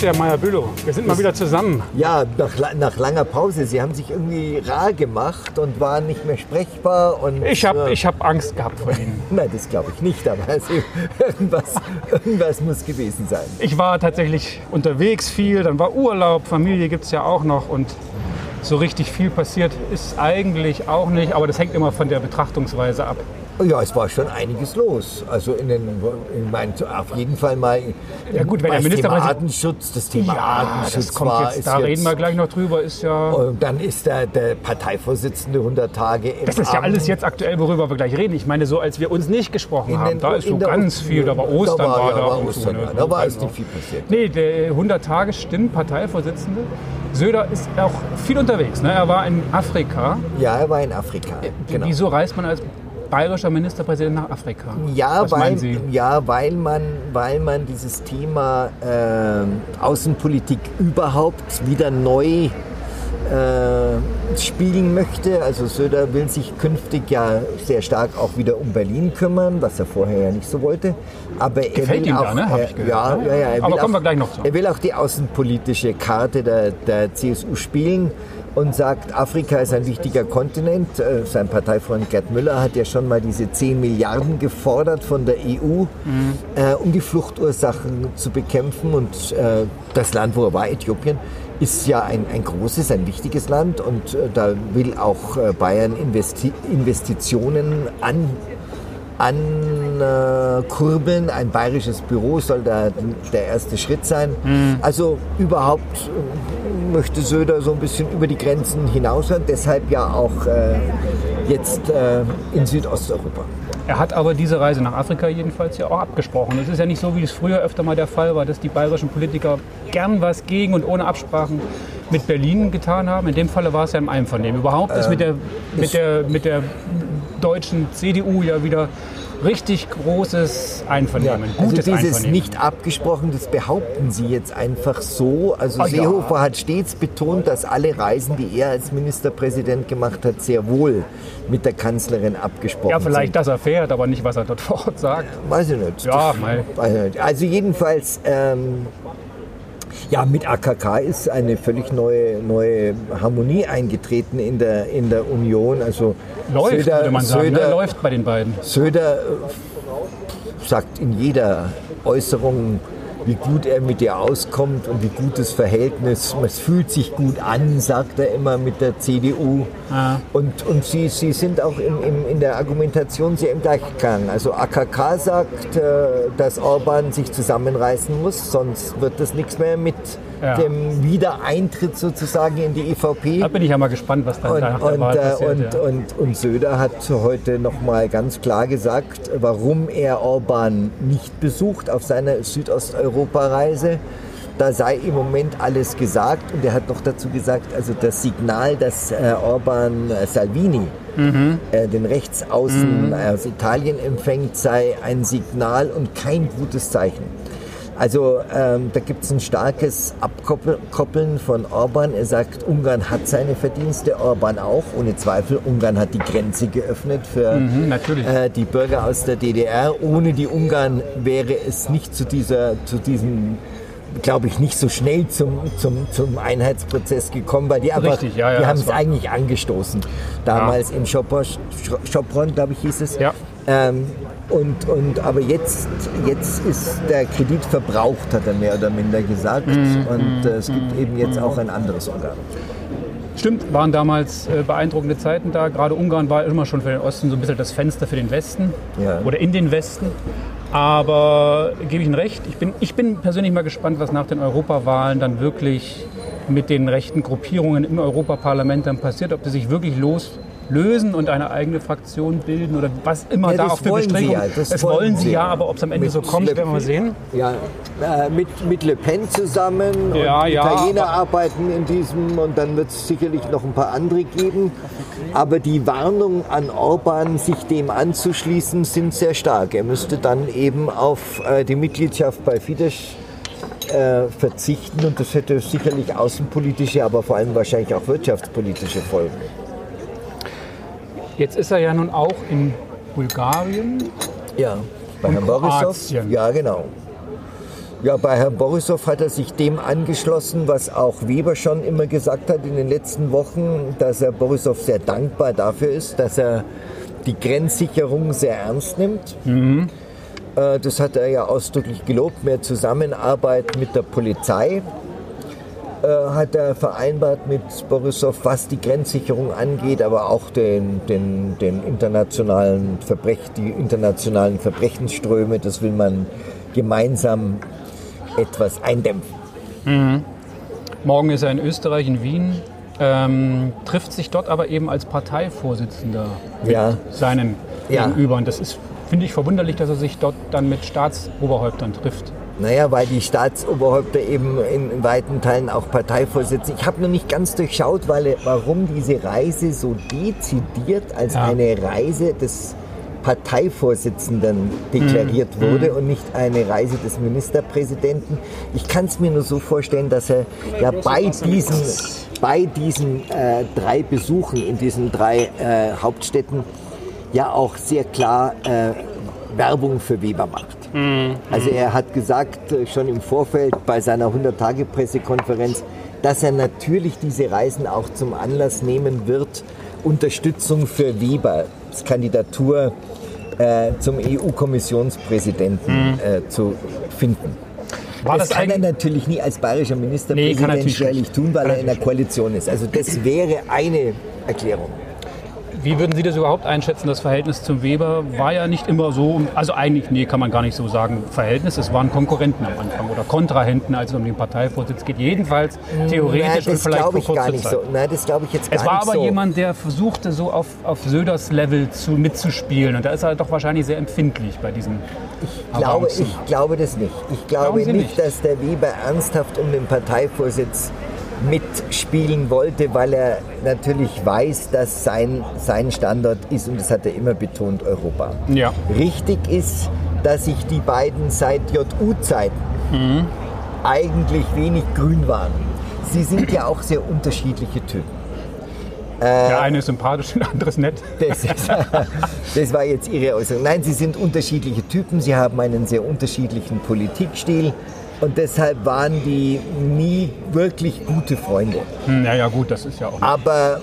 Grüße, Herr Meyer-Bülow. Wir sind mal wieder zusammen. Ja, nach langer Pause. Sie haben sich irgendwie rar gemacht und waren nicht mehr sprechbar. Und, ich hab Angst gehabt vor Ihnen. Nein, das glaube ich nicht, aber irgendwas muss gewesen sein. Ich war tatsächlich unterwegs viel, dann war Urlaub, Familie gibt es ja auch noch und so richtig viel passiert ist eigentlich auch nicht, aber das hängt immer von der Betrachtungsweise ab. Ja, es war schon einiges los. Also auf jeden Fall mal ja gut, wenn der Thema Artenschutz, das Thema Artenschutz das kommt war. Jetzt, da reden wir gleich noch drüber. Ist ja. Und dann ist der Parteivorsitzende 100 Tage im Das ist ja alles jetzt aktuell, worüber wir gleich reden. Ich meine, so als wir uns nicht gesprochen haben, da ist so ganz viel. Da war Ostern, da war es nicht viel passiert. Nee, der 100 Tage stimmt, Parteivorsitzende. Söder ist auch viel unterwegs. Ne? Er war in Afrika. Ja, er war in Afrika. Genau. Wieso reist man als bayerischer Ministerpräsident nach Afrika? Ja, weil man dieses Thema Außenpolitik überhaupt wieder neu spielen möchte. Also Söder will sich künftig ja sehr stark auch wieder um Berlin kümmern, was er vorher ja nicht so wollte. Aber Gefällt ihm da, ne? Hab ich gehört. Aber kommen wir gleich noch zu. Er will auch die außenpolitische Karte der CSU spielen und sagt, Afrika ist ein wichtiger Kontinent. Sein Parteifreund Gerd Müller hat ja schon mal diese 10 Milliarden gefordert von der EU, um die Fluchtursachen zu bekämpfen. Und das Land, wo er war, Äthiopien, ist ja ein großes, ein wichtiges Land. Und da will auch Bayern Investitionen ankurbeln. Ein bayerisches Büro soll da der erste Schritt sein. Also überhaupt möchte Söder so ein bisschen über die Grenzen hinausschauen. Deshalb ja auch jetzt in Südosteuropa. Er hat aber diese Reise nach Afrika jedenfalls ja auch abgesprochen. Es ist ja nicht so, wie es früher öfter mal der Fall war, dass die bayerischen Politiker gern was gegen und ohne Absprachen mit Berlin getan haben. In dem Falle war es ja im Einvernehmen. Überhaupt ist mit der deutschen CDU ja wieder richtig großes Einvernehmen, gutes Einvernehmen. Also dieses nicht abgesprochen, das behaupten Sie jetzt einfach so. Also Seehofer hat stets betont, dass alle Reisen, die er als Ministerpräsident gemacht hat, sehr wohl mit der Kanzlerin abgesprochen sind. Ja, vielleicht, dass er fährt, aber nicht, was er dort vor Ort sagt. Weiß ich nicht. Ja, also jedenfalls... Ja, mit AKK ist eine völlig neue Harmonie eingetreten in der Union. Also läuft, würde man sagen, läuft bei den beiden. Söder sagt in jeder Äußerung, wie gut er mit ihr auskommt und wie gut das Verhältnis, es fühlt sich gut an, sagt er immer mit der CDU. Und sie sind auch in der Argumentation sehr im Gleichklang. Also AKK sagt, dass Orban sich zusammenreißen muss, sonst wird das nichts mehr mit dem Wiedereintritt sozusagen in die EVP. Da bin ich ja mal gespannt, was dann nach der Wahl passiert. Und Söder hat heute noch mal ganz klar gesagt, warum er Orban nicht besucht auf seiner Südosteuropa-Reise. Da sei im Moment alles gesagt. Und er hat noch dazu gesagt, also das Signal, dass Orban Salvini, den Rechtsaußen aus Italien empfängt, sei ein Signal und kein gutes Zeichen. Also da gibt es ein starkes Abkoppeln von Orban. Er sagt, Ungarn hat seine Verdienste, Orban auch, ohne Zweifel. Ungarn hat die Grenze geöffnet für die Bürger aus der DDR. Ohne die Ungarn wäre es nicht zu diesem, glaube ich, nicht so schnell zum Einheitsprozess gekommen, weil die einfach, die haben es eigentlich angestoßen. Damals in Sopron, glaube ich, hieß es. Ja. Aber jetzt ist der Kredit verbraucht, hat er mehr oder minder gesagt. Und es gibt eben jetzt auch ein anderes Organ. Stimmt, waren damals beeindruckende Zeiten da. Gerade Ungarn war immer schon für den Osten so ein bisschen das Fenster für den Westen oder in den Westen. Aber gebe ich Ihnen recht, ich bin persönlich mal gespannt, was nach den Europawahlen dann wirklich mit den rechten Gruppierungen im Europaparlament dann passiert, ob sie sich wirklich lösen und eine eigene Fraktion bilden oder was immer da auch für Bestrebungen. Das wollen sie ja, aber ob es am Ende so kommt, werden wir mal sehen. Ja, mit Le Pen zusammen und Italiener arbeiten in diesem und dann wird es sicherlich noch ein paar andere geben. Aber die Warnungen an Orban, sich dem anzuschließen, sind sehr stark. Er müsste dann eben auf die Mitgliedschaft bei Fidesz verzichten und das hätte sicherlich außenpolitische, aber vor allem wahrscheinlich auch wirtschaftspolitische Folgen. Jetzt ist er ja nun auch in Bulgarien. Ja, bei Herrn Borissow. Ja, genau. Ja, bei Herrn Borissow hat er sich dem angeschlossen, was auch Weber schon immer gesagt hat in den letzten Wochen, dass er Borissow sehr dankbar dafür ist, dass er die Grenzsicherung sehr ernst nimmt. Mhm. Das hat er ja ausdrücklich gelobt, mehr Zusammenarbeit mit der Polizei hat er vereinbart mit Borissow, was die Grenzsicherung angeht, aber auch die internationalen Verbrechensströme, das will man gemeinsam etwas eindämpfen. Mhm. Morgen ist er in Österreich, in Wien, trifft sich dort aber eben als Parteivorsitzender mit seinen Gegenüber. Und das ist, finde ich, verwunderlich, dass er sich dort dann mit Staatsoberhäuptern trifft. Naja, weil die Staatsoberhäupter eben in weiten Teilen auch Parteivorsitzende. Ich habe noch nicht ganz durchschaut, warum diese Reise so dezidiert als eine Reise des Parteivorsitzenden deklariert wurde und nicht eine Reise des Ministerpräsidenten. Ich kann es mir nur so vorstellen, dass er ja bei diesen 3 Besuchen in diesen 3 Hauptstädten ja auch sehr klar Werbung für Weber macht. Also er hat gesagt, schon im Vorfeld bei seiner 100-Tage-Pressekonferenz, dass er natürlich diese Reisen auch zum Anlass nehmen wird, Unterstützung für Webers Kandidatur zum EU-Kommissionspräsidenten zu finden. Das kann er natürlich nie als bayerischer Ministerpräsident schwerlich tun, weil er in der Koalition ist. Also das wäre eine Erklärung. Wie würden Sie das überhaupt einschätzen? Das Verhältnis zum Weber war ja nicht immer so, also eigentlich, kann man gar nicht so sagen, Verhältnis. Es waren Konkurrenten am Anfang oder Kontrahenten, als es um den Parteivorsitz geht. Jedenfalls theoretisch und vielleicht vor kurzer Zeit. Nein, das glaube ich jetzt gar nicht so. Es war aber jemand, der versuchte, so auf Söders Level mitzuspielen. Und da ist er doch wahrscheinlich sehr empfindlich bei diesen Ich glaube das nicht. Ich glaube nicht, dass der Weber ernsthaft um den Parteivorsitz mitspielen wollte, weil er natürlich weiß, dass sein Standort ist, und das hat er immer betont, Europa. Ja. Richtig ist, dass sich die beiden seit JU-Zeiten eigentlich wenig grün waren. Sie sind ja auch sehr unterschiedliche Typen. Der eine ist sympathisch, der andere ist nett. Das war jetzt Ihre Äußerung. Nein, sie sind unterschiedliche Typen, sie haben einen sehr unterschiedlichen Politikstil. Und deshalb waren die nie wirklich gute Freunde. Ja, gut, das ist ja auch. Aber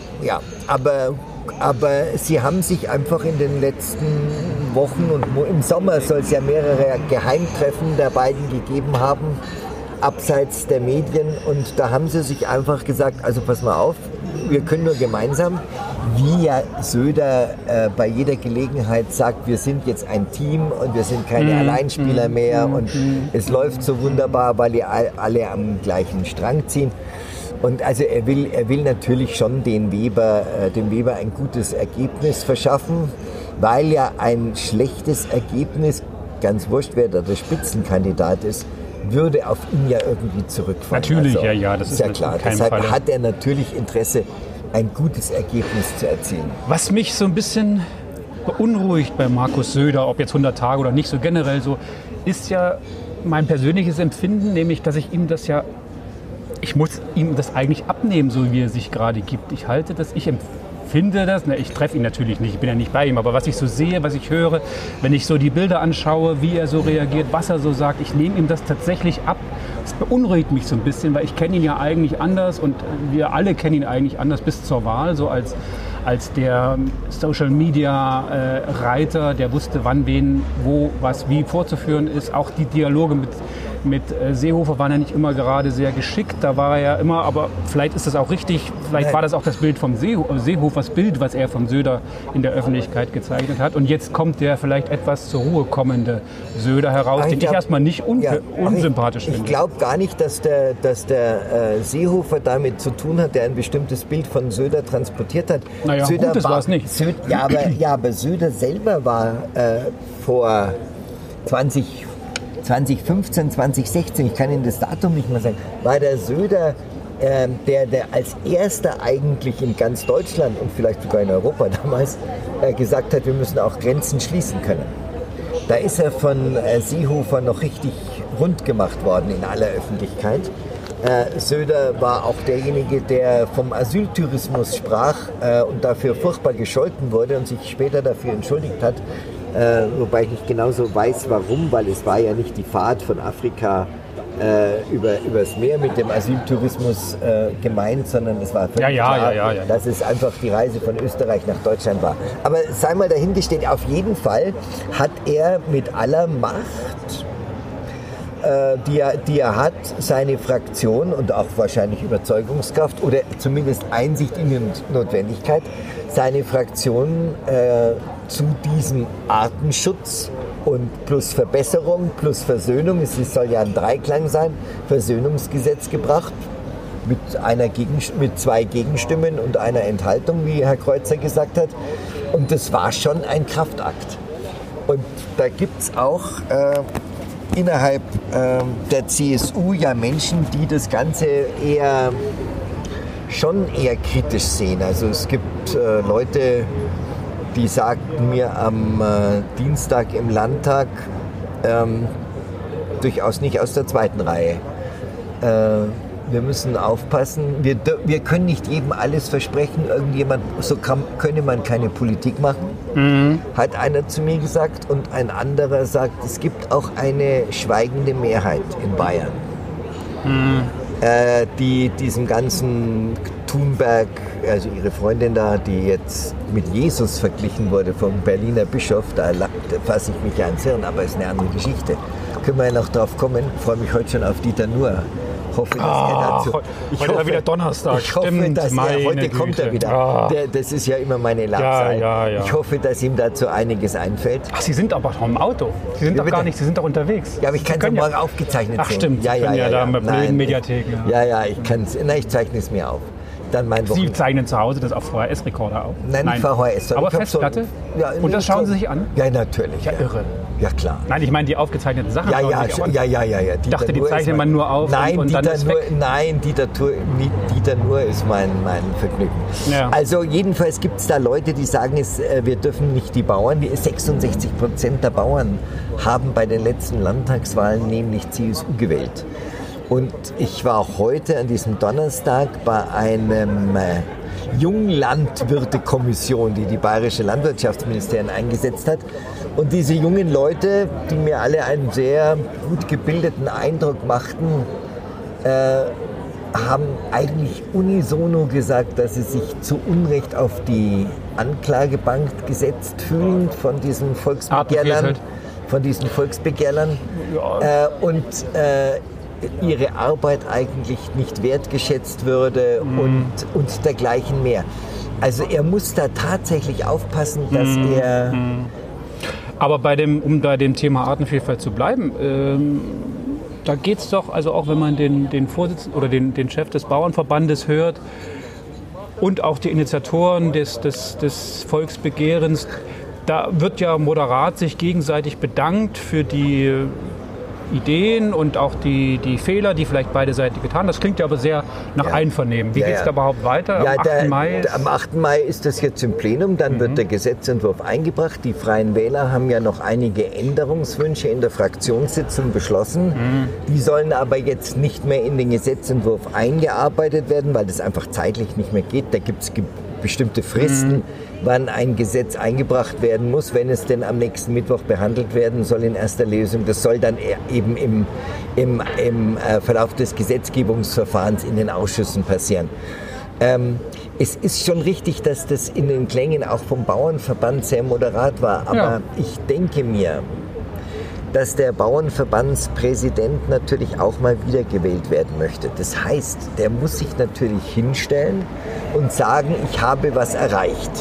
sie haben sich einfach in den letzten Wochen und im Sommer soll es ja mehrere Geheimtreffen der beiden gegeben haben, abseits der Medien. Und da haben sie sich einfach gesagt, also pass mal auf, wir können nur gemeinsam, wie ja Söder bei jeder Gelegenheit sagt, wir sind jetzt ein Team und wir sind keine Alleinspieler mehr und es läuft so wunderbar, weil ihr alle am gleichen Strang ziehen. Und also er will natürlich schon dem Weber ein gutes Ergebnis verschaffen, weil ja ein schlechtes Ergebnis, ganz wurscht, wer da der Spitzenkandidat ist, würde auf ihn ja irgendwie zurückfallen. Natürlich, also, das ist ja klar. Deshalb hat er natürlich Interesse, ein gutes Ergebnis zu erzielen. Was mich so ein bisschen beunruhigt bei Markus Söder, ob jetzt 100 Tage oder nicht, so generell so, ist ja mein persönliches Empfinden, nämlich, dass ich muss ihm das eigentlich abnehmen, so wie er sich gerade gibt. Ich empfinde das, ich treffe ihn natürlich nicht, ich bin ja nicht bei ihm, aber was ich so sehe, was ich höre, wenn ich so die Bilder anschaue, wie er so reagiert, was er so sagt, ich nehme ihm das tatsächlich ab. Das beunruhigt mich so ein bisschen, weil ich kenne ihn ja eigentlich anders und wir alle kennen ihn eigentlich anders bis zur Wahl, so als der Social-Media-Reiter, der wusste, wann, wen, wo, was, wie vorzuführen ist. Auch die Dialoge mit Seehofer waren ja nicht immer gerade sehr geschickt. Da war er ja immer, aber vielleicht ist das auch richtig, vielleicht war das auch das Bild vom Seehofers Bild, was er von Söder in der Öffentlichkeit gezeichnet hat. Und jetzt kommt der vielleicht etwas zur Ruhe kommende Söder heraus, den ich erstmal nicht unsympathisch finde. Ich glaube gar nicht, dass der Seehofer damit zu tun hat, der ein bestimmtes Bild von Söder transportiert hat. Naja, Söder gut, das war es nicht. Aber Söder selber war vor 2015, 2016, ich kann Ihnen das Datum nicht mehr sagen, war der Söder, der als erster eigentlich in ganz Deutschland und vielleicht sogar in Europa damals gesagt hat, wir müssen auch Grenzen schließen können. Da ist er von Seehofer noch richtig rund gemacht worden in aller Öffentlichkeit. Söder war auch derjenige, der vom Asyltourismus sprach und dafür furchtbar gescholten wurde und sich später dafür entschuldigt hat. Wobei ich nicht genauso weiß, warum, weil es war ja nicht die Fahrt von Afrika übers Meer mit dem Asyltourismus gemeint, sondern es war völlig klar, dass es einfach die Reise von Österreich nach Deutschland war. Aber sei mal dahingestellt, auf jeden Fall hat er mit aller Macht, die er hat, seine Fraktion und auch wahrscheinlich Überzeugungskraft oder zumindest Einsicht in die Notwendigkeit, seine Fraktion zu diesem Artenschutz und plus Verbesserung, plus Versöhnung, es soll ja ein Dreiklang sein, Versöhnungsgesetz gebracht, mit 2 Gegenstimmen und einer Enthaltung, wie Herr Kreuzer gesagt hat. Und das war schon ein Kraftakt. Und da gibt es auch innerhalb der CSU ja Menschen, die das Ganze schon eher kritisch sehen. Also es gibt Leute, die sagten mir am Dienstag im Landtag, durchaus nicht aus der zweiten Reihe. Wir müssen aufpassen, wir können nicht jedem alles versprechen, könne man keine Politik machen, hat einer zu mir gesagt, und ein anderer sagt, es gibt auch eine schweigende Mehrheit in Bayern, die diesem ganzen Thunberg, also ihre Freundin da, die jetzt mit Jesus verglichen wurde vom Berliner Bischof, da fasse ich mich ja ins Hirn, aber ist eine andere Geschichte. Können wir ja noch drauf kommen, ich freue mich heute schon auf Dieter Nuhr. Hoffe, dass er dazu. Heute ist wieder Donnerstag. Ich hoffe, dass heute kommt er wieder. Das ist ja immer meine Labsal. Ja. Ich hoffe, dass ihm dazu einiges einfällt. Ach, Sie sind aber noch im Auto. Sie sind doch gar nicht, Sie sind doch unterwegs. Ja, aber ich kann es morgen aufgezeichnet sehen. Ach stimmt, ja, da mit blöden Mediatheken. Ja, ich zeichne es mir auf. Dann Sie zeichnen zu Hause das auf VHS-Rekorder auf? Nein, nicht VHS. Aber Festplatte? Und das schauen Sie sich an? Ja, natürlich. Ja, irre. Ja, klar. Nein, ich meine die aufgezeichneten Sachen. Ja. Ich dachte, die zeichnet man nur auf und dann ist weg. Nein, Dieter Nuhr ist mein Vergnügen. Ja. Also jedenfalls gibt es da Leute, die sagen, wir dürfen nicht die Bauern, 66% der Bauern haben bei den letzten Landtagswahlen nämlich CSU gewählt. Und ich war heute an diesem Donnerstag bei einem Junglandwirte-Kommission, die Bayerische Landwirtschaftsministerin eingesetzt hat. Und diese jungen Leute, die mir alle einen sehr gut gebildeten Eindruck machten, haben eigentlich unisono gesagt, dass sie sich zu Unrecht auf die Anklagebank gesetzt fühlen von diesen Volksbegehrlern. Und ihre Arbeit eigentlich nicht wertgeschätzt würde und dergleichen mehr. Also er muss da tatsächlich aufpassen, dass er... Aber um bei dem Thema Artenvielfalt zu bleiben, da geht es doch, also auch wenn man den Vorsitzenden oder den Chef des Bauernverbandes hört und auch die Initiatoren des Volksbegehrens, da wird ja moderat sich gegenseitig bedankt für die Ideen und auch die Fehler, die vielleicht beide Seiten getan haben. Das klingt ja aber sehr nach Einvernehmen. Wie geht es da überhaupt weiter? Am 8. Mai ist das jetzt im Plenum, dann wird der Gesetzentwurf eingebracht. Die Freien Wähler haben ja noch einige Änderungswünsche in der Fraktionssitzung beschlossen. Die sollen aber jetzt nicht mehr in den Gesetzentwurf eingearbeitet werden, weil das einfach zeitlich nicht mehr geht. Da gibt es bestimmte Fristen, wann ein Gesetz eingebracht werden muss, wenn es denn am nächsten Mittwoch behandelt werden soll in erster Lesung. Das soll dann eben im Verlauf des Gesetzgebungsverfahrens in den Ausschüssen passieren. Es ist schon richtig, dass das in den Klängen auch vom Bauernverband sehr moderat war, aber ich denke mir, dass der Bauernverbandspräsident natürlich auch mal wiedergewählt werden möchte. Das heißt, der muss sich natürlich hinstellen und sagen, ich habe was erreicht.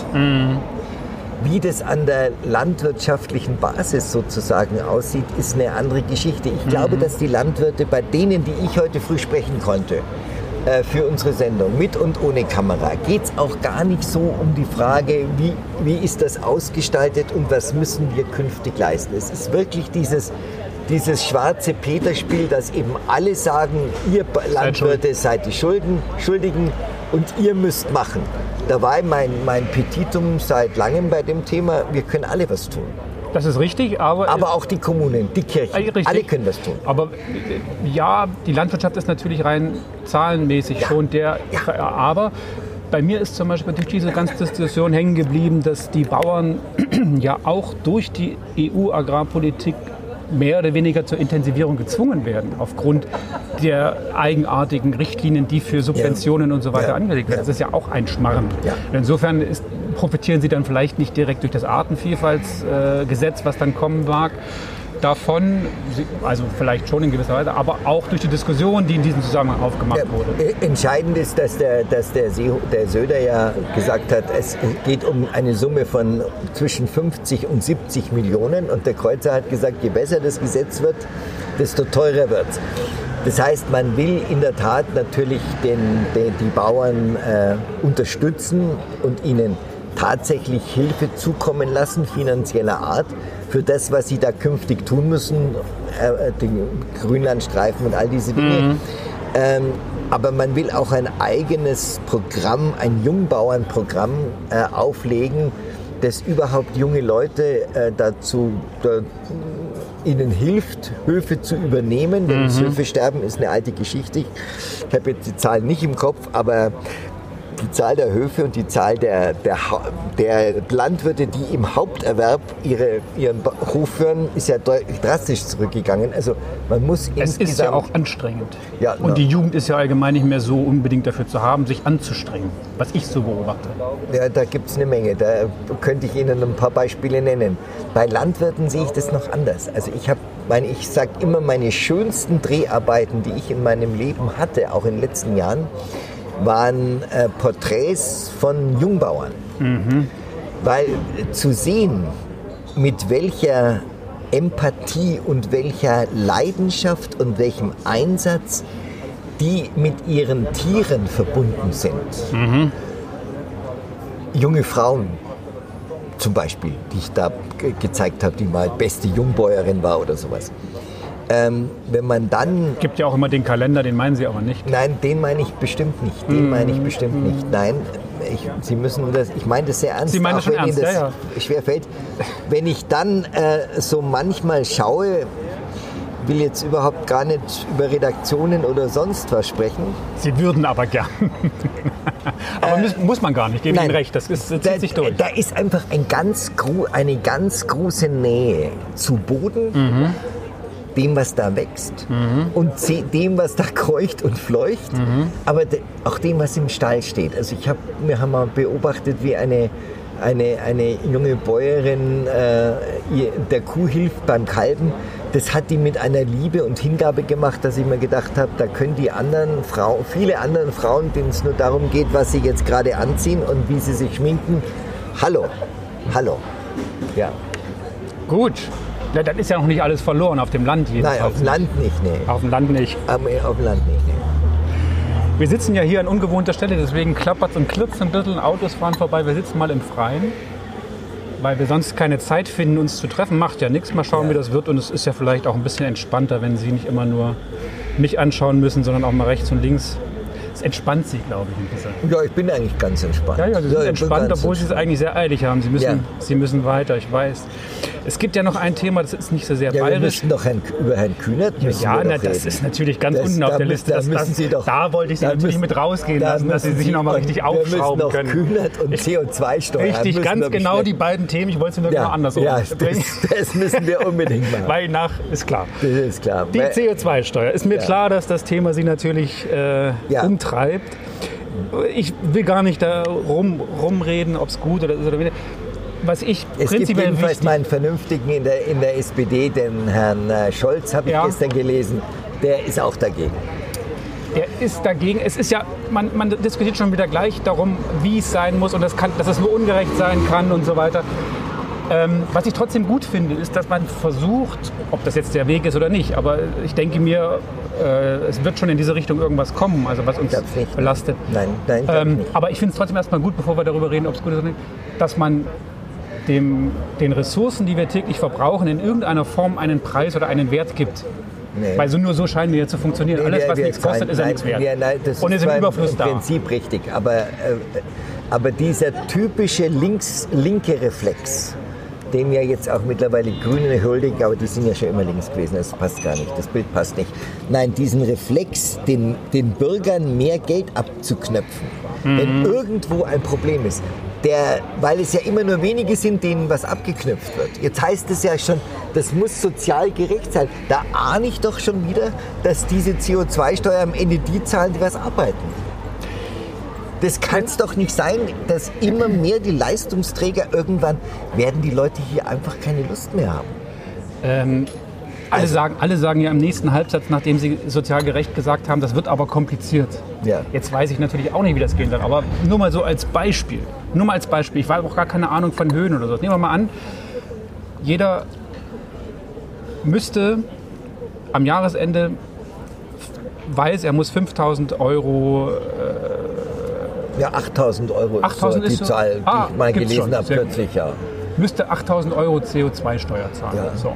Wie das an der landwirtschaftlichen Basis sozusagen aussieht, ist eine andere Geschichte. Ich glaube, dass die Landwirte, bei denen, die ich heute früh sprechen konnte, für unsere Sendung, mit und ohne Kamera, geht es auch gar nicht so um die Frage, wie ist das ausgestaltet und was müssen wir künftig leisten. Es ist wirklich dieses schwarze Peter-Spiel, dass eben alle sagen, ihr Landwirte seid die Schuldigen und ihr müsst machen. Da war mein Petitum seit langem bei dem Thema, wir können alle was tun. Das ist richtig, aber auch die Kommunen, die Kirchen, richtig. Alle können das tun. Aber ja, die Landwirtschaft ist natürlich rein zahlenmäßig schon aber bei mir ist zum Beispiel durch diese ganze Diskussion hängen geblieben, dass die Bauern ja auch durch die EU-Agrarpolitik mehr oder weniger zur Intensivierung gezwungen werden, aufgrund der eigenartigen Richtlinien, die für Subventionen und so weiter angelegt werden. Das ist ja auch ein Schmarrn. Ja. Insofern profitieren sie dann vielleicht nicht direkt durch das Artenvielfaltsgesetz, was dann kommen mag, davon, also vielleicht schon in gewisser Weise, aber auch durch die Diskussion, die in diesem Zusammenhang aufgemacht wurde. Entscheidend ist, dass der Söder ja gesagt hat, es geht um eine Summe von zwischen 50 und 70 Millionen und der Kreuzer hat gesagt, je besser das Gesetz wird, desto teurer wird es. Das heißt, man will in der Tat natürlich die Bauern unterstützen und ihnen tatsächlich Hilfe zukommen lassen, finanzieller Art, für das, was sie da künftig tun müssen, den Grünlandstreifen und all diese Dinge. Aber man will auch ein eigenes Programm, ein Jungbauernprogramm auflegen, das überhaupt junge Leute ihnen hilft, Höfe zu übernehmen. Denn das Höfesterben ist eine alte Geschichte. Ich habe jetzt die Zahlen nicht im Kopf, aber die Zahl der Höfe und die Zahl der Landwirte, die im Haupterwerb ihren Hof führen, ist ja drastisch zurückgegangen. Also man muss insgesamt... Es ist ja auch anstrengend. Ja, und die Jugend ist ja allgemein nicht mehr so unbedingt dafür zu haben, sich anzustrengen, was ich so beobachte. Ja, da gibt es eine Menge. Da könnte ich Ihnen ein paar Beispiele nennen. Bei Landwirten sehe ich das noch anders. Also ich sage immer, meine schönsten Dreharbeiten, die ich in meinem Leben hatte, auch in den letzten Jahren, waren Porträts von Jungbauern. Weil zu sehen, mit welcher Empathie und welcher Leidenschaft und welchem Einsatz die mit ihren Tieren verbunden sind. Junge Frauen zum Beispiel, die ich da gezeigt habe, die mal beste Jungbäuerin war oder sowas. Wenn man dann... Gibt ja auch immer den Kalender, den meinen Sie aber nicht. Nein, den meine ich bestimmt nicht. Nein, Sie müssen das... Ich meine das sehr ernst. Sie meinen das schon ernst, Ihnen das schwerfällt. Wenn ich dann so manchmal schaue, will jetzt überhaupt gar nicht über Redaktionen oder sonst was sprechen. Sie würden aber gern. Aber muss man gar nicht, gebe ich Ihnen recht, das zieht sich durch. Da ist einfach eine ganz große Nähe zu Boden, dem, was da wächst und dem, was da kreucht und fleucht, aber auch dem, was im Stall steht. Also wir haben mal beobachtet, wie eine junge Bäuerin der Kuh hilft beim Kalben. Das hat die mit einer Liebe und Hingabe gemacht, dass ich mir gedacht habe, da können die viele andere Frauen, denen es nur darum geht, was sie jetzt gerade anziehen und wie sie sich schminken. Hallo. Ja. Gut. Ja, dann ist ja noch nicht alles verloren, auf dem Land jedenfalls. Nein, auf dem Land nicht, nee. Auf dem Land nicht. Auf dem Land nicht, nee. Wir sitzen ja hier an ungewohnter Stelle, deswegen klappert es und klirrt ein bisschen, Autos fahren vorbei. Wir sitzen mal im Freien, weil wir sonst keine Zeit finden, uns zu treffen. Macht ja nichts, mal schauen, wie das wird. Und es ist ja vielleicht auch ein bisschen entspannter, wenn Sie nicht immer nur mich anschauen müssen, sondern auch mal rechts und links. Es entspannt Sie, glaube ich, ein bisschen. Ja, ich bin eigentlich ganz entspannt. Ja, Sie sind entspannt, obwohl Sie es eigentlich sehr eilig haben. Sie müssen weiter, ich weiß. Es gibt ja noch ein Thema, das ist nicht so sehr bayerisch. Wir müssen doch über Herrn Kühnert reden. Das ist natürlich ganz unten auf der Liste. Da wollte ich Sie natürlich mit rausgehen lassen, dass Sie sich nochmal richtig aufschrauben können. Wir müssen noch Kühnert und CO2-Steuer. Richtig, ganz genau die beiden Themen. Ich wollte Sie nur genau andersrum bringen. Das müssen wir unbedingt machen. Weil ist klar. Das ist klar. Die CO2-Steuer. Ist mir klar, dass das Thema Sie natürlich umtreibt. Ich will gar nicht da rumreden, ob es gut oder ist oder wieder. Was ich es gibt jedenfalls mal einen Vernünftigen in der SPD, den Herrn Scholz, habe ich gestern gelesen, der ist auch dagegen. Der ist dagegen. Es ist ja, man diskutiert schon wieder gleich darum, wie es sein muss und dass es nur ungerecht sein kann und so weiter. Was ich trotzdem gut finde, ist, dass man versucht, ob das jetzt der Weg ist oder nicht, aber ich denke mir, es wird schon in diese Richtung irgendwas kommen, also was uns belastet. Nein. Aber ich finde es trotzdem erstmal gut, bevor wir darüber reden, ob es gut ist oder nicht, dass man den Ressourcen, die wir täglich verbrauchen, in irgendeiner Form einen Preis oder einen Wert gibt. Nee. Weil nur so scheinen wir ja zu funktionieren. Alles, was nichts kostet, ist ja nichts wert. Und ist im Überfluss da. Im Prinzip richtig, aber dieser typische linke Reflex, dem ja jetzt auch mittlerweile Grüne huldigen, aber die sind ja schon immer links gewesen, das passt gar nicht, das Bild passt nicht. Nein, diesen Reflex, den Bürgern mehr Geld abzuknöpfen, wenn irgendwo ein Problem ist, weil es ja immer nur wenige sind, denen was abgeknüpft wird. Jetzt heißt es ja schon, das muss sozial gerecht sein. Da ahne ich doch schon wieder, dass diese CO2-Steuer am Ende die zahlen, die was arbeiten. Das kann es doch nicht sein, dass immer mehr die Leistungsträger irgendwann werden die Leute hier einfach keine Lust mehr haben. Alle sagen ja im nächsten Halbsatz, nachdem sie sozial gerecht gesagt haben, das wird aber kompliziert. Ja. Jetzt weiß ich natürlich auch nicht, wie das gehen soll, aber nur mal so als Beispiel. Ich habe auch gar keine Ahnung von Höhen oder so. Nehmen wir mal an, jeder müsste am Jahresende weiß, er muss 5.000 Euro... ja, 8.000 Euro 8.000 ist die Zahl, die ich mal gelesen habe plötzlich, ja. Müsste 8.000 Euro CO2-Steuer zahlen. Ja. So.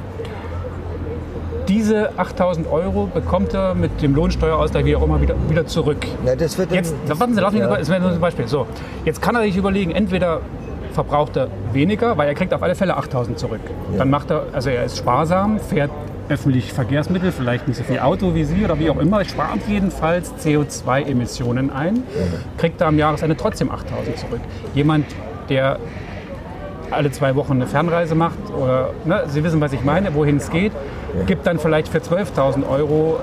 Diese 8.000 Euro bekommt er mit dem Lohnsteuerausgleich wie auch immer wieder zurück. Ja, das wird jetzt, warten Sie, das wäre nur ein Beispiel. So, jetzt kann er sich überlegen, entweder verbraucht er weniger, weil er kriegt auf alle Fälle 8.000 zurück. Ja. Dann macht er, also er ist sparsam, fährt öffentliche Verkehrsmittel, vielleicht nicht so viel Auto wie Sie oder wie auch immer, spart jedenfalls CO2-Emissionen ein, kriegt da am Jahresende trotzdem 8.000 zurück. Jemand, der alle 2 Wochen eine Fernreise macht oder, ne, Sie wissen, was ich meine, wohin es geht, gibt dann vielleicht für 12.000 Euro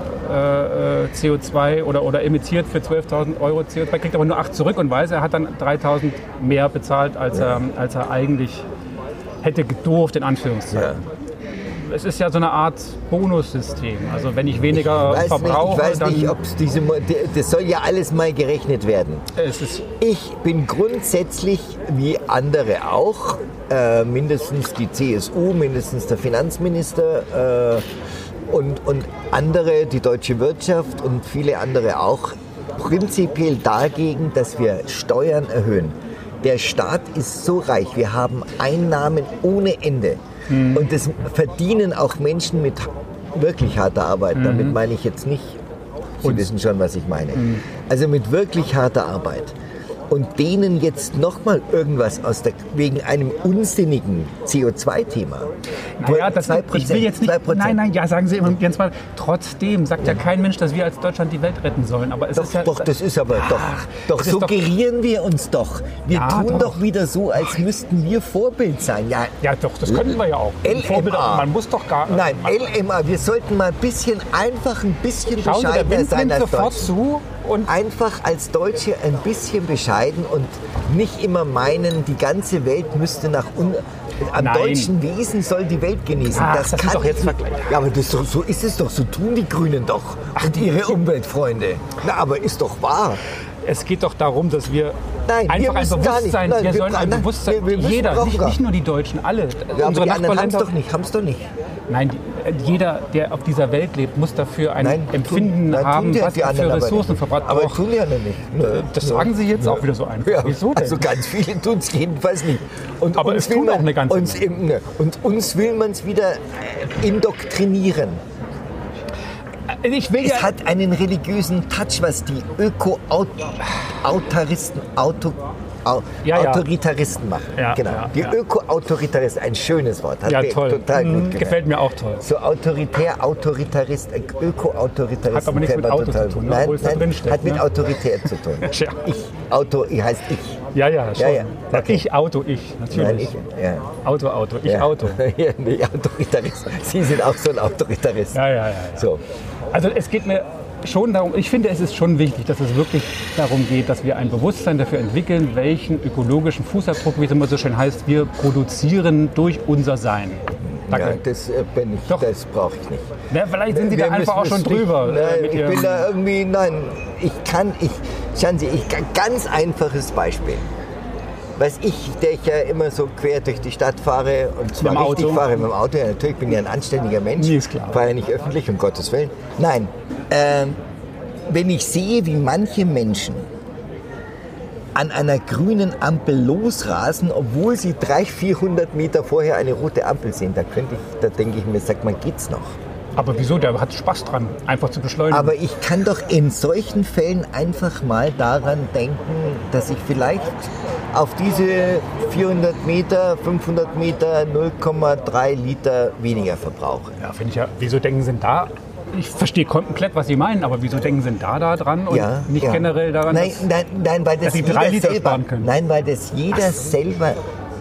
CO2 oder emittiert für 12.000 Euro CO2, kriegt aber nur 8 zurück und weiß, er hat dann 3.000 mehr bezahlt, als er eigentlich hätte gedurft, in Anführungszeichen. Ja. Es ist ja so eine Art Bonussystem. Also wenn ich weniger verbrauche, ich weiß nicht, ob es das soll ja alles mal gerechnet werden. Ich bin grundsätzlich wie andere auch, mindestens die CSU, mindestens der Finanzminister und andere, die deutsche Wirtschaft und viele andere auch, prinzipiell dagegen, dass wir Steuern erhöhen. Der Staat ist so reich, wir haben Einnahmen ohne Ende. Und das verdienen auch Menschen mit wirklich harter Arbeit. Damit meine ich jetzt nicht, Sie wissen schon, was ich meine. Also mit wirklich harter Arbeit. Und denen jetzt nochmal irgendwas wegen einem unsinnigen CO2-Thema. Naja, ich will jetzt nicht. 2%. Nein, ja, sagen Sie immer ganz mal. Trotzdem sagt ja kein Mensch, dass wir als Deutschland die Welt retten sollen. Aber es ist ja, das ist aber doch suggerieren wir uns doch. Wir tun doch wieder so, als müssten wir Vorbild sein. Ja, doch, das könnten wir ja auch. LMA. Man muss doch gar. Nein, LMA. Wir sollten mal ein bisschen bescheidener sein als Deutsche. Und einfach als Deutsche ein bisschen bescheiden und nicht immer meinen, die ganze Welt müsste am deutschen Wesen soll die Welt genießen. Das kann doch jetzt vergleichen. Ja, aber so ist es doch, so tun die Grünen doch und ihre Umweltfreunde. Na, aber ist doch wahr. Es geht doch darum, dass wir einfach ein Bewusstsein, wir sollen ein Bewusstsein, jeder, nicht nur die Deutschen, alle. Ja, aber die anderen haben es doch nicht. Nein, jeder, der auf dieser Welt lebt, muss dafür ein Empfinden haben, was er für Ressourcen verbraucht. Aber tun die anderen nicht. Das sagen Sie jetzt auch wieder so einfach. Ja, wieso denn? Also ganz viele tun es jedenfalls nicht. Aber es tun auch eine ganze Menge. Und uns will man es wieder indoktrinieren. Es hat einen religiösen Touch, was die Autoritaristen machen. Ja, genau. Die Öko-Autoritaristen, ein schönes Wort. Hat mir toll. Total gut gefällt. Gefällt mir auch toll. So Autoritarist, Öko-Autoritarist. Hat aber nichts mit Auto zu tun, nein, hat mit ne? Autorität zu tun. Ja. Heißt ich. Ja, schon. Ja. Okay. Ich, natürlich. Nein, Auto, ich Auto. Ja, nee, Autoritarist. Sie sind auch so ein Autoritarist. Ja. So. Also es geht mir schon darum, ich finde, es ist schon wichtig, dass es wirklich darum geht, dass wir ein Bewusstsein dafür entwickeln, welchen ökologischen Fußabdruck, wie es immer so schön heißt, wir produzieren durch unser Sein. Danke. Ja, das brauche ich nicht. Ja, vielleicht sind Sie da einfach auch schon drüber. Nein, ich bin da irgendwie, schauen Sie, ganz einfaches Beispiel. Der ich ja immer so quer durch die Stadt fahre und zwar richtig fahre mit dem Auto, ja natürlich, bin ja ein anständiger Mensch, fahre ja nicht öffentlich, um Gottes Willen. Nein, wenn ich sehe, wie manche Menschen an einer grünen Ampel losrasen, obwohl sie 300-400 Meter vorher eine rote Ampel sehen, da denke ich mir, sag mal, geht's noch? Aber wieso? Der hat Spaß dran, einfach zu beschleunigen. Aber ich kann doch in solchen Fällen einfach mal daran denken, dass ich vielleicht auf diese 400 Meter, 500 Meter 0,3 Liter weniger verbrauche. Ja, finde ich ja. Wieso denken Sie da? Ich verstehe komplett, was Sie meinen, aber wieso denken Sie da dran und nicht generell daran, nein, weil das jeder selber, nein, weil das jeder selber,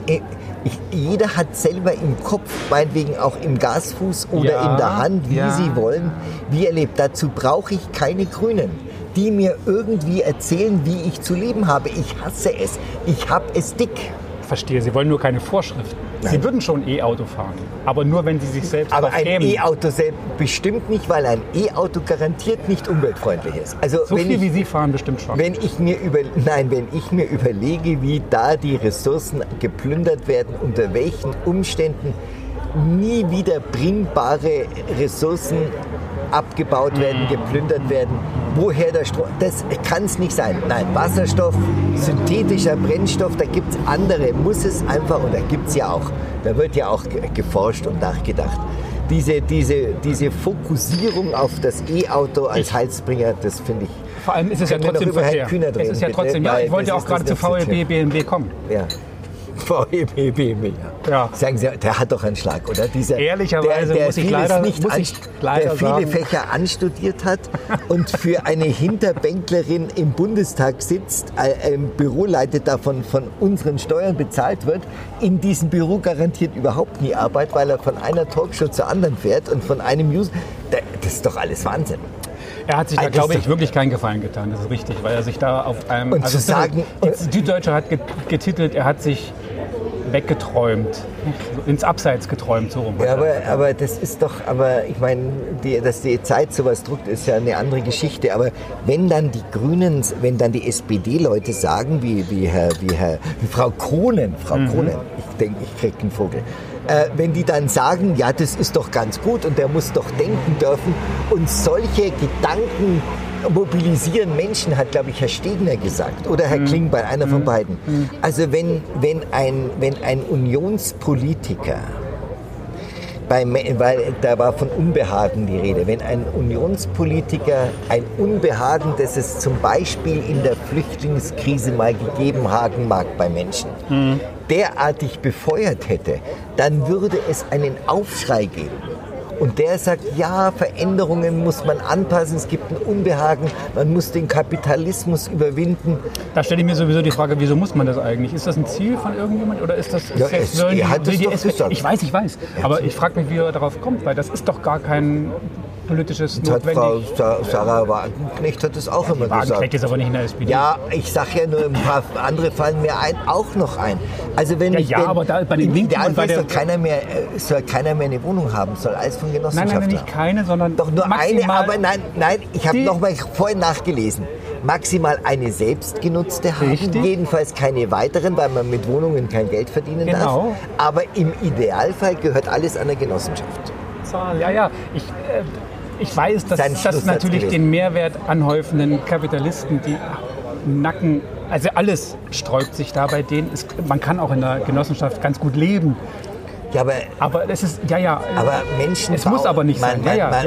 jeder hat selber im Kopf, meinetwegen auch im Gasfuß oder in der Hand, wie sie wollen, wie er lebt. Dazu brauche ich keine Grünen, die mir irgendwie erzählen, wie ich zu leben habe. Ich hasse es. Ich habe es dick. Verstehe, Sie wollen nur keine Vorschriften. Nein. Sie würden schon E-Auto fahren, aber nur, wenn Sie sich selbst Aber ein E-Auto bestimmt nicht, weil ein E-Auto garantiert nicht umweltfreundlich ist. Also so viel wie Sie fahren bestimmt schon. Wenn ich mir überlege, wie da die Ressourcen geplündert werden, unter welchen Umständen nie wieder bringbare Ressourcen abgebaut werden, geplündert werden. Woher der Strom? Das kann es nicht sein. Nein, Wasserstoff, synthetischer Brennstoff, da gibt es andere. Muss es einfach, und da gibt es ja auch, da wird ja auch geforscht und nachgedacht. Diese Fokussierung auf das E-Auto als Heilsbringer, das finde ich. Vor allem ist es ja trotzdem Verkehr. Es ist ja trotzdem, ich wollte ja auch gerade zu VEB, BMW kommen. Ja. VEB, BMW, ja. Sagen Sie, der hat doch einen Schlag, oder? Ehrlicherweise muss ich leider der viele Fächer anstudiert hat und für eine Hinterbänklerin im Bundestag sitzt, ein Büro leitet, davon von unseren Steuern bezahlt wird, in diesem Büro garantiert überhaupt nie Arbeit, weil er von einer Talkshow zur anderen fährt und von einem News. Das ist doch alles Wahnsinn. Er hat sich da, glaube ich, wirklich keinen Gefallen getan, das ist richtig, weil er sich da auf einem... Und die Süddeutsche hat getitelt, er hat sich weggeträumt, ins Abseits geträumt, so rum. Ja, aber das ist doch, ich meine, dass die Zeit sowas druckt, ist ja eine andere Geschichte. Aber wenn dann die Grünen, wenn dann die SPD-Leute sagen, wie Frau Kronen, ich denke, ich kriege einen Vogel, wenn die dann sagen, ja, das ist doch ganz gut und der muss doch denken dürfen und solche Gedanken mobilisieren Menschen, hat, glaube ich, Herr Stegner gesagt oder Herr Klingbeil, einer von beiden. Also wenn ein Unionspolitiker, weil da war von Unbehagen die Rede, wenn ein Unionspolitiker ein Unbehagen, das es zum Beispiel in der Flüchtlingskrise mal gegeben haben mag bei Menschen, derartig befeuert hätte, dann würde es einen Aufschrei geben. Und der sagt, ja, Veränderungen muss man anpassen, es gibt ein Unbehagen, man muss den Kapitalismus überwinden. Da stelle ich mir sowieso die Frage, wieso muss man das eigentlich? Ist das ein Ziel von irgendjemandem oder ist das... Ich weiß. Aber ich frage mich, wie er darauf kommt, weil das ist doch gar kein politisches notwendig. Frau Sarah Wagenknecht hat das auch immer gesagt. Wagenknecht ist aber nicht in der SPD. Ja, ich sage ja nur, ein paar andere fallen mir auch noch ein. Also wenn aber da bei den Linken und bei der... soll keiner mehr eine Wohnung haben, soll alles von Genossenschaften. Nein, nicht keine, sondern doch nur eine, aber nein, ich habe noch mal vorhin nachgelesen. Maximal eine selbstgenutzte haben, jedenfalls keine weiteren, weil man mit Wohnungen kein Geld verdienen darf. Aber im Idealfall gehört alles einer Genossenschaft. Ja, ich weiß, dass das natürlich den Mehrwert anhäufenden Kapitalisten, die Nacken, also alles sträubt sich da bei denen. Man kann auch in der Genossenschaft ganz gut leben. Ja, aber es ist, aber Menschen es muss aber nicht sein.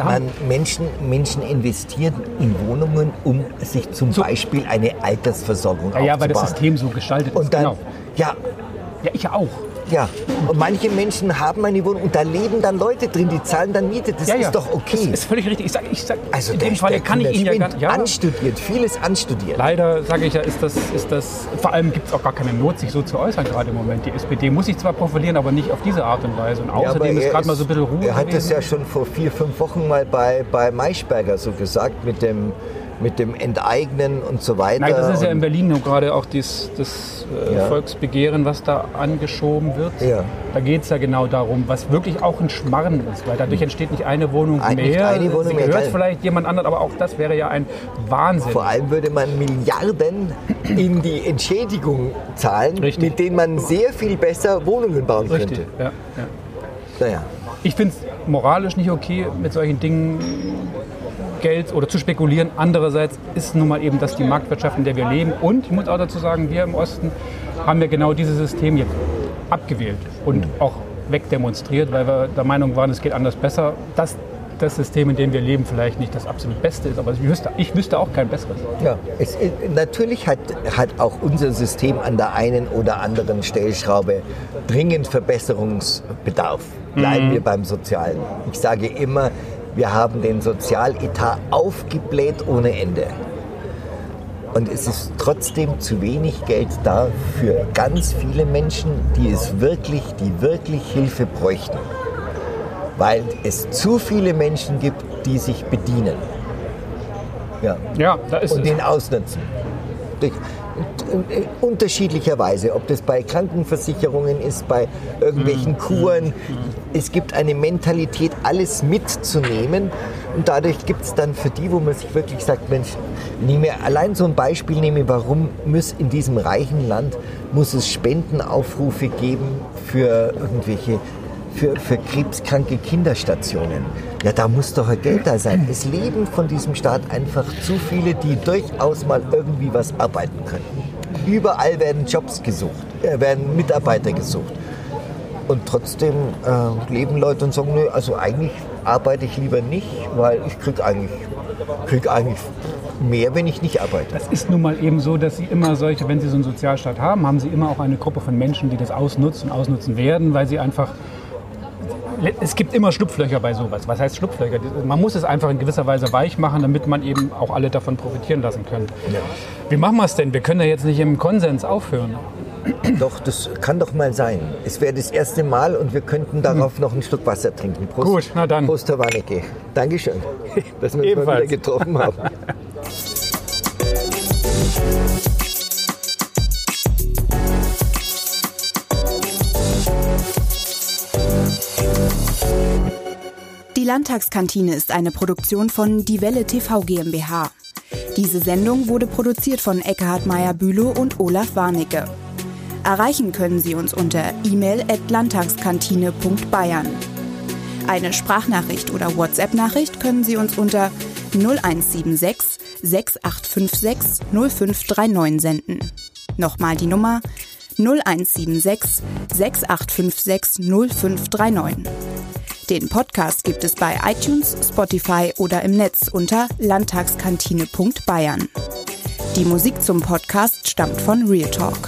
Menschen investieren in Wohnungen, um sich zum Beispiel eine Altersversorgung aufzubauen. Ja, weil das System so gestaltet ist. Und dann, Ja, ich auch. Ja, und manche Menschen haben eine Wohnung und da leben dann Leute drin, die zahlen dann Miete. Das ist doch okay. Das ist völlig richtig. Ich sag, also in dem Fall kann ich Ihnen anstudiert, vieles anstudiert. Leider, sage ich ja, ist das, vor allem gibt es auch gar keine Not, sich so zu äußern gerade im Moment. Die SPD muss sich zwar profilieren, aber nicht auf diese Art und Weise. Und außerdem ist gerade mal so ein bisschen Ruhe. Er hat das ja schon vor 4-5 Wochen mal bei Maischberger so gesagt, mit dem Enteignen und so weiter. Nein, das ist ja in Berlin nur gerade auch das Volksbegehren, was da angeschoben wird. Ja. Da geht es ja genau darum, was wirklich auch ein Schmarrn ist, weil dadurch entsteht nicht eine Wohnung mehr. Sie gehört vielleicht jemand anderen, aber auch das wäre ja ein Wahnsinn. Vor allem würde man Milliarden in die Entschädigung zahlen, mit denen man sehr viel besser Wohnungen bauen könnte. Ja. Naja. Ich finde es moralisch nicht okay, mit solchen Dingen Geld oder zu spekulieren. Andererseits ist nun mal eben das die Marktwirtschaft, in der wir leben. Und ich muss auch dazu sagen, wir im Osten haben ja genau dieses System jetzt abgewählt und auch wegdemonstriert, weil wir der Meinung waren, es geht anders besser. Das das System, in dem wir leben, vielleicht nicht das absolut Beste ist. Aber ich wüsste auch kein besseres. Ja, natürlich hat auch unser System an der einen oder anderen Stellschraube dringend Verbesserungsbedarf. Bleiben wir beim Sozialen. Ich sage immer, wir haben den Sozialetat aufgebläht ohne Ende. Und es ist trotzdem zu wenig Geld da für ganz viele Menschen, die wirklich Hilfe bräuchten. Weil es zu viele Menschen gibt, die sich bedienen. Ja, da ist und es. Den ausnutzen. Unterschiedlicherweise, ob das bei Krankenversicherungen ist, bei irgendwelchen Kuren. Es gibt eine Mentalität, alles mitzunehmen. Und dadurch gibt es dann für die, wo man sich wirklich sagt, Mensch, allein so ein Beispiel nehme, warum muss in diesem reichen Land, muss es Spendenaufrufe geben für irgendwelche für krebskranke Kinderstationen. Ja, da muss doch Geld da sein. Es leben von diesem Staat einfach zu viele, die durchaus mal irgendwie was arbeiten können. Überall werden Jobs gesucht, werden Mitarbeiter gesucht. Und trotzdem leben Leute und sagen, nö, also eigentlich arbeite ich lieber nicht, weil ich krieg eigentlich mehr, wenn ich nicht arbeite. Das ist nun mal eben so, dass Sie immer wenn Sie so einen Sozialstaat haben, haben Sie immer auch eine Gruppe von Menschen, die das ausnutzen werden, weil sie einfach... Es gibt immer Schlupflöcher bei sowas. Was heißt Schlupflöcher? Man muss es einfach in gewisser Weise weich machen, damit man eben auch alle davon profitieren lassen können. Ja. Wie machen wir es denn? Wir können ja jetzt nicht im Konsens aufhören. Doch, das kann doch mal sein. Es wäre das erste Mal und wir könnten darauf noch einen Schluck Wasser trinken. Prost. Gut, na dann. Prost, Herr Warnecke. Dankeschön, dass wir uns mal wieder getroffen haben. Die Landtagskantine ist eine Produktion von Die Welle TV GmbH. Diese Sendung wurde produziert von Ekkehard Meyer-Bülow und Olaf Warnecke. Erreichen können Sie uns unter e-mail@landtagskantine.bayern. Eine Sprachnachricht oder WhatsApp-Nachricht können Sie uns unter 0176 6856 0539 senden. Nochmal die Nummer 0176 6856 0539. Den Podcast gibt es bei iTunes, Spotify oder im Netz unter landtagskantine.bayern. Die Musik zum Podcast stammt von Real Talk.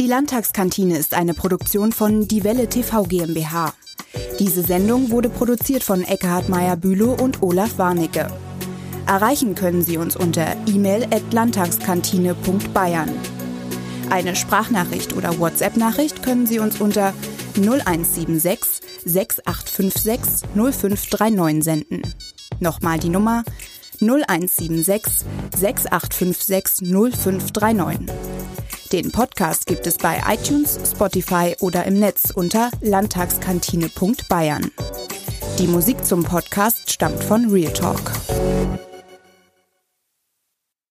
Die Landtagskantine ist eine Produktion von Die Welle TV GmbH. Diese Sendung wurde produziert von Ekkehard Meyer-Bülow und Olaf Warnecke. Erreichen können Sie uns unter e-mail@landtagskantine.bayern. Eine Sprachnachricht oder WhatsApp-Nachricht können Sie uns unter 0176 6856 0539 senden. Nochmal die Nummer 0176 6856 0539. Den Podcast gibt es bei iTunes, Spotify oder im Netz unter landtagskantine.bayern. Die Musik zum Podcast stammt von Real Talk.